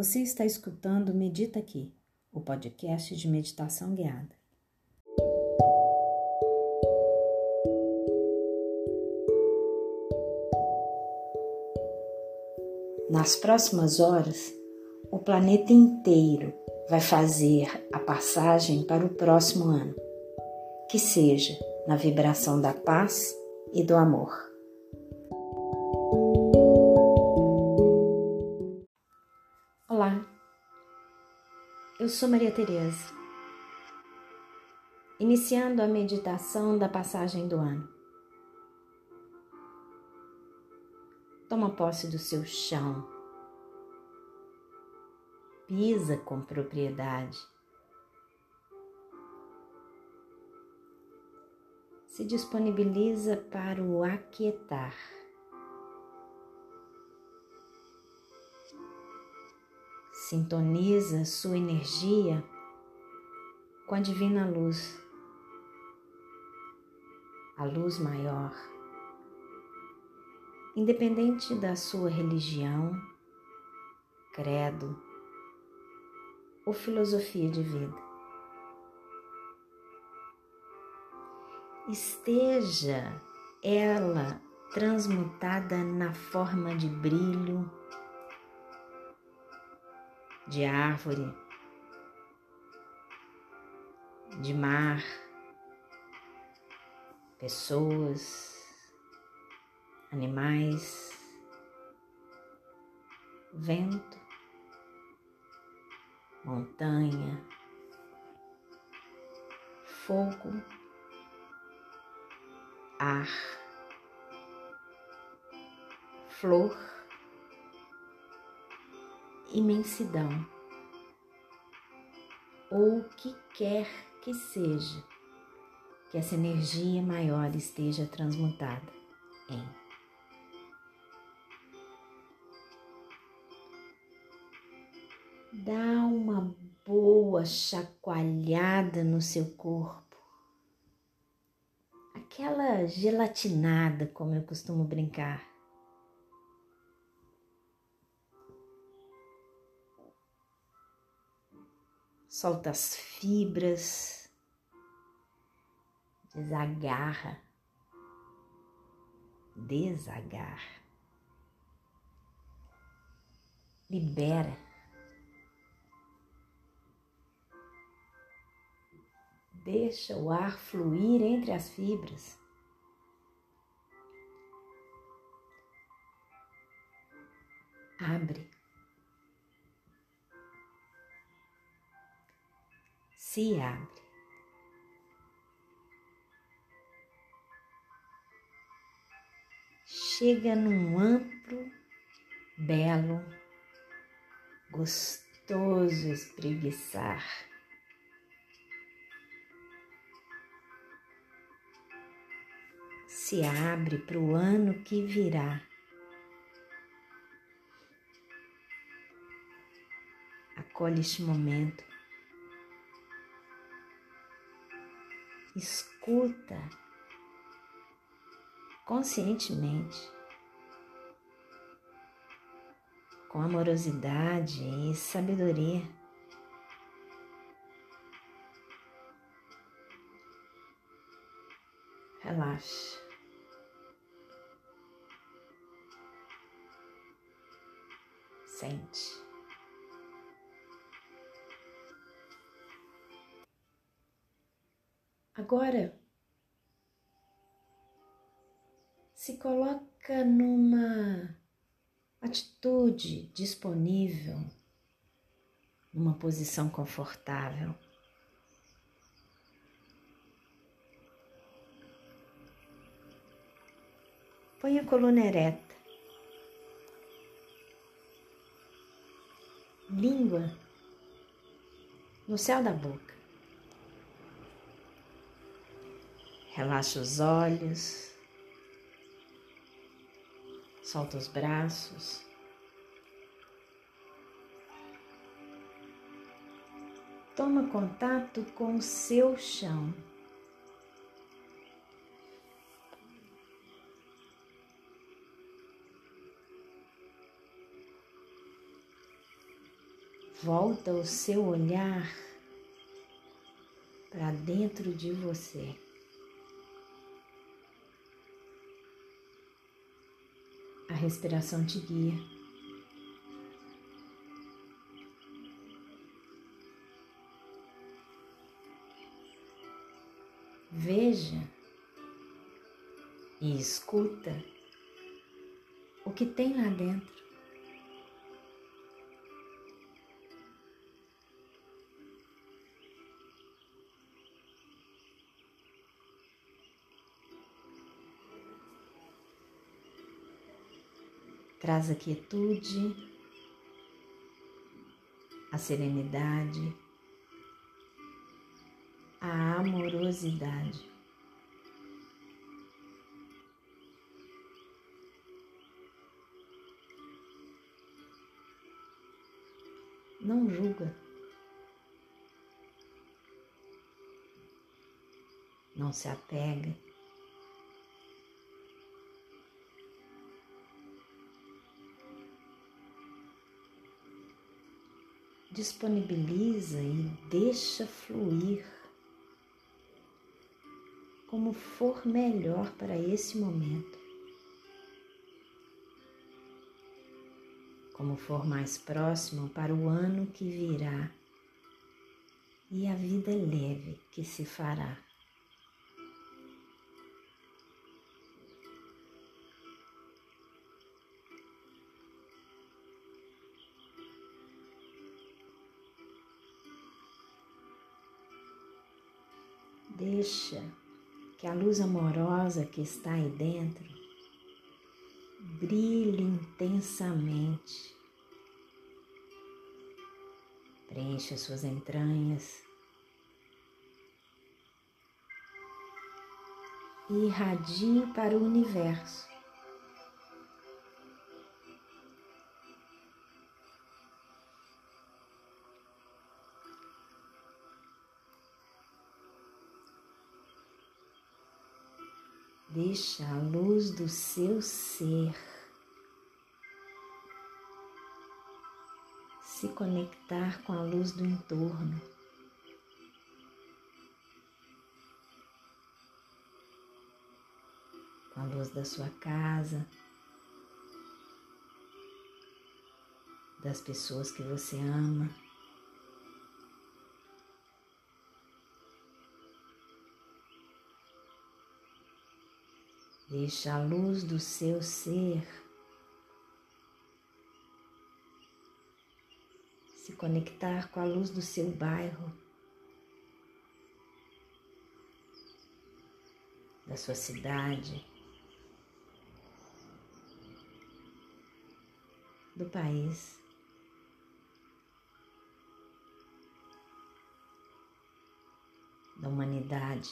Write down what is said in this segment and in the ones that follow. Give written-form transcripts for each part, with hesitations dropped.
Você está escutando Medita Aqui, o podcast de meditação guiada. Nas próximas horas, o planeta inteiro vai fazer a passagem para o próximo ano, que seja na vibração da paz e do amor. Olá, eu sou Maria Tereza, iniciando a meditação da passagem do ano. Toma posse do seu chão, pisa com propriedade, se disponibiliza para o aquietar. Sintoniza sua energia com a divina luz, a luz maior, independente da sua religião, credo ou filosofia de vida. Esteja ela transmutada na forma de brilho, de árvore, de mar, pessoas, animais, vento, montanha, fogo, ar, flor, imensidão, ou o que quer que seja que essa energia maior esteja transmutada em. Dá uma boa chacoalhada no seu corpo, aquela gelatinada, como eu costumo brincar. Solta as fibras, desagarra, libera. Deixa o ar fluir entre as fibras. Abre. Se abre. Chega num amplo, belo, gostoso espreguiçar. Se abre para o ano que virá. Acolhe este momento. Escuta conscientemente, com amorosidade e sabedoria. Relaxa. Sente. Agora, se coloca numa atitude disponível, numa posição confortável. Põe a coluna ereta, língua no céu da boca. Relaxa os olhos, solta os braços. Toma contato com o seu chão. Volta o seu olhar para dentro de você. A respiração te guia. Veja e escuta o que tem lá dentro. Traz a quietude, a serenidade, a amorosidade. Não julga, não se apega. Disponibiliza e deixa fluir como for melhor para esse momento, como for mais próximo para o ano que virá e a vida leve que se fará. Deixa que a luz amorosa que está aí dentro brilhe intensamente. Preencha suas entranhas e irradie para o universo. Deixa a luz do seu ser se conectar com a luz do entorno. Com a luz da sua casa, das pessoas que você ama. Deixa a luz do seu ser se conectar com a luz do seu bairro, da sua cidade, do país. Da humanidade.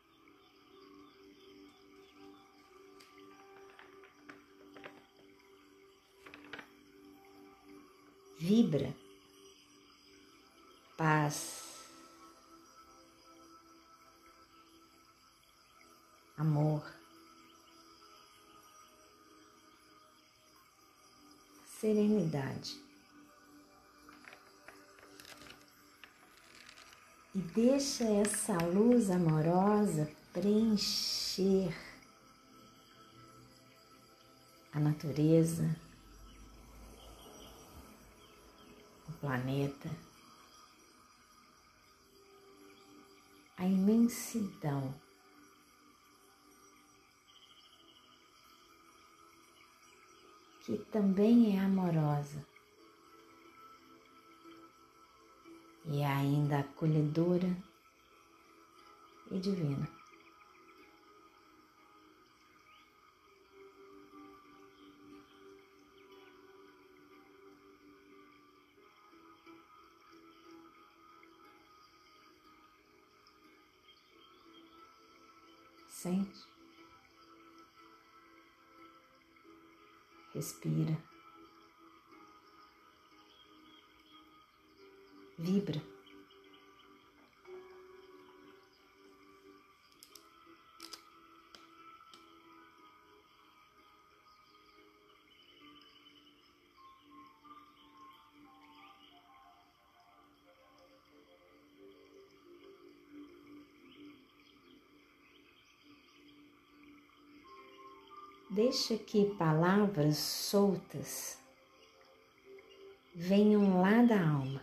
Vibra paz, amor, serenidade. E deixa essa luz amorosa preencher a natureza, o planeta, a imensidão que também é amorosa e é ainda acolhedora e divina. Sente, respira, vibra. Deixa que palavras soltas venham lá da alma,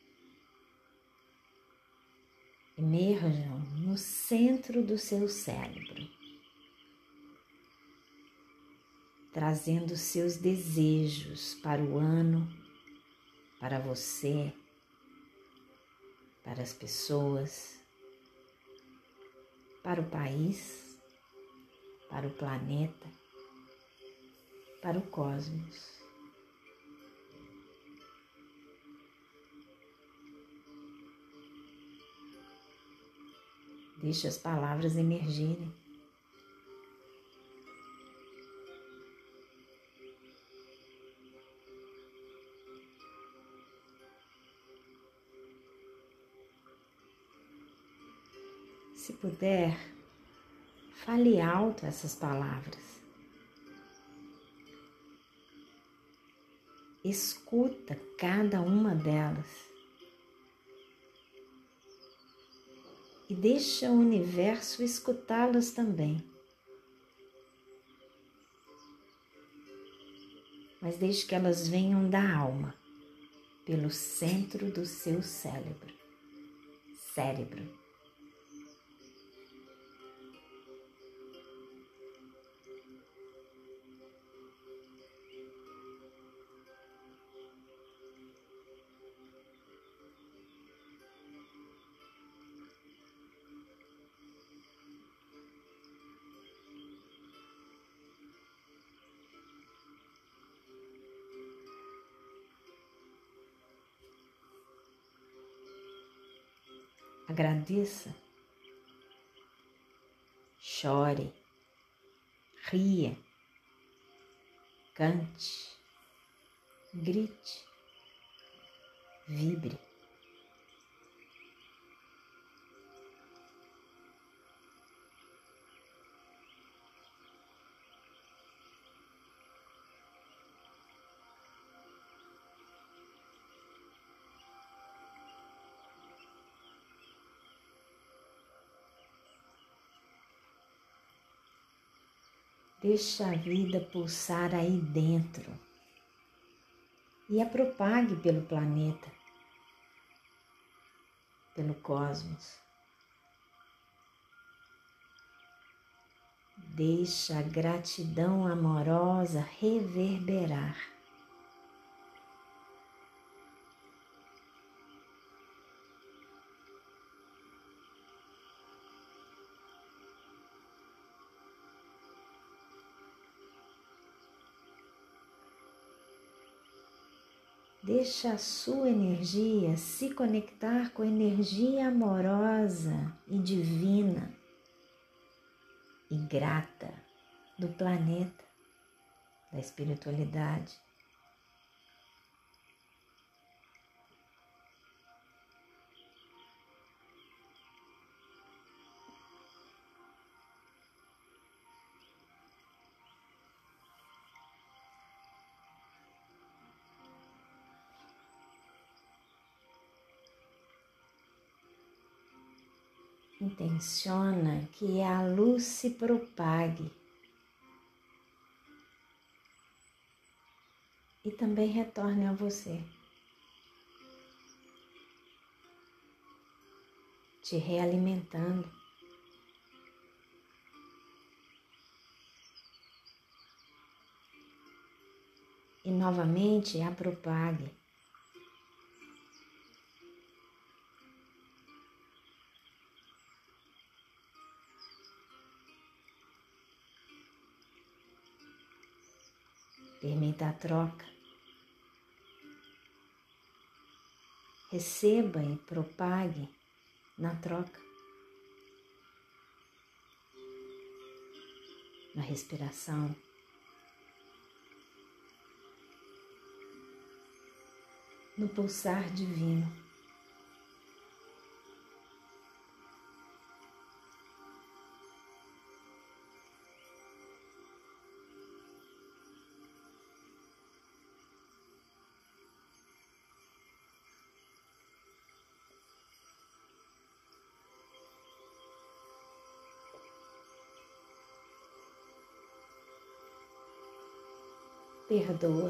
emerjam no centro do seu cérebro, trazendo seus desejos para o ano, para você, para as pessoas, para o país, para o planeta, para o cosmos. Deixe as palavras emergirem. Se puder, fale alto essas palavras. Escuta cada uma delas e deixa o universo escutá-las também. Mas deixe que elas venham da alma, pelo centro do seu cérebro. Agradeça, chore, ria, cante, grite, vibre. Deixa a vida pulsar aí dentro e a propague pelo planeta, pelo cosmos. Deixa a gratidão amorosa reverberar. Deixa a sua energia se conectar com a energia amorosa e divina e grata do planeta, da espiritualidade. Intenciona que a luz se propague e também retorne a você, te realimentando. E novamente a propague. Permita a troca. Receba e propague na troca. Na respiração. No pulsar divino. perdoa.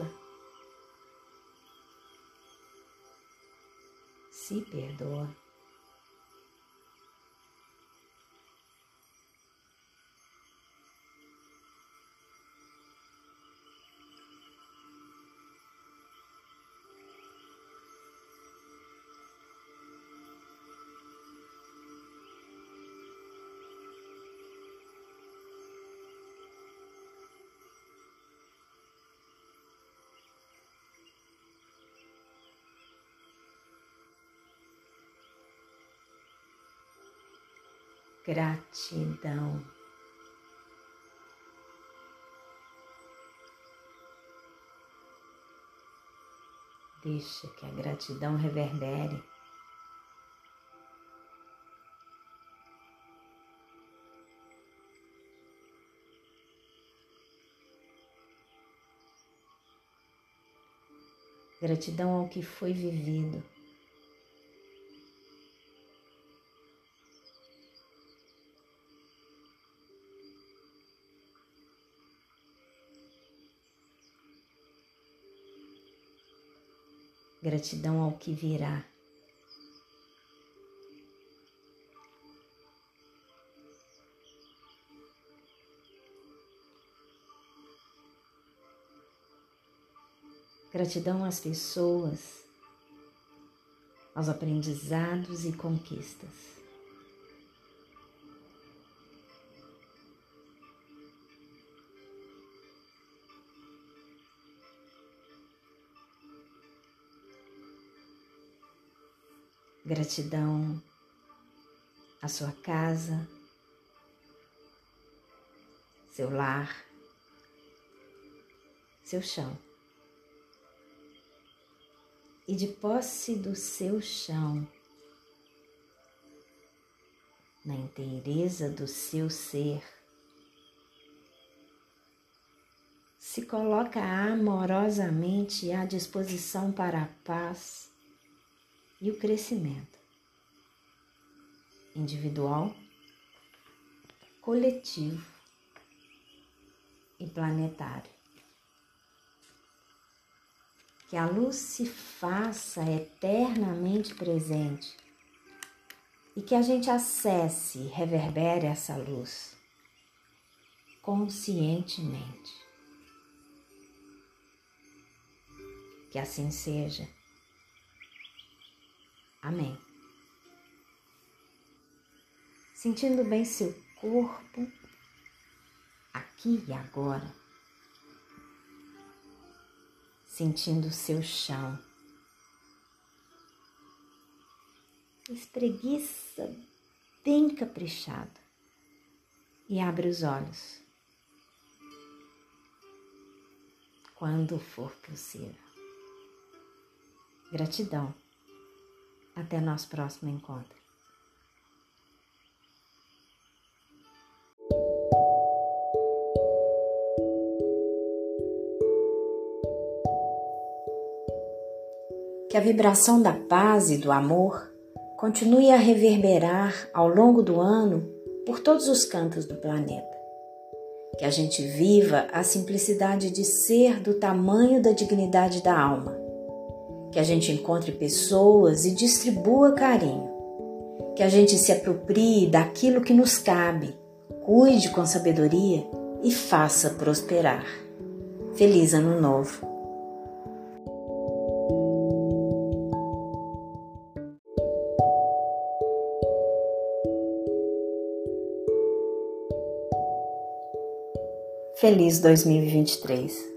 Se perdoa. Gratidão. Deixa que a gratidão reverbere. Gratidão ao que foi vivido. Gratidão ao que virá. Gratidão às pessoas, aos aprendizados e conquistas. Gratidão à sua casa, seu lar, seu chão. E de posse do seu chão, na inteireza do seu ser, se coloca amorosamente à disposição para a paz e o crescimento individual, coletivo e planetário. Que a luz se faça eternamente presente e que a gente acesse e reverbere essa luz conscientemente. Que assim seja. Amém. Sentindo bem seu corpo, aqui e agora. Sentindo o seu chão. Espreguiça bem caprichado e abre os olhos quando for possível. Gratidão. Até nosso próximo encontro. Que a vibração da paz e do amor continue a reverberar ao longo do ano por todos os cantos do planeta. Que a gente viva a simplicidade de ser do tamanho da dignidade da alma. Que a gente encontre pessoas e distribua carinho. Que a gente se aproprie daquilo que nos cabe, cuide com sabedoria e faça prosperar. Feliz Ano Novo! Feliz 2023!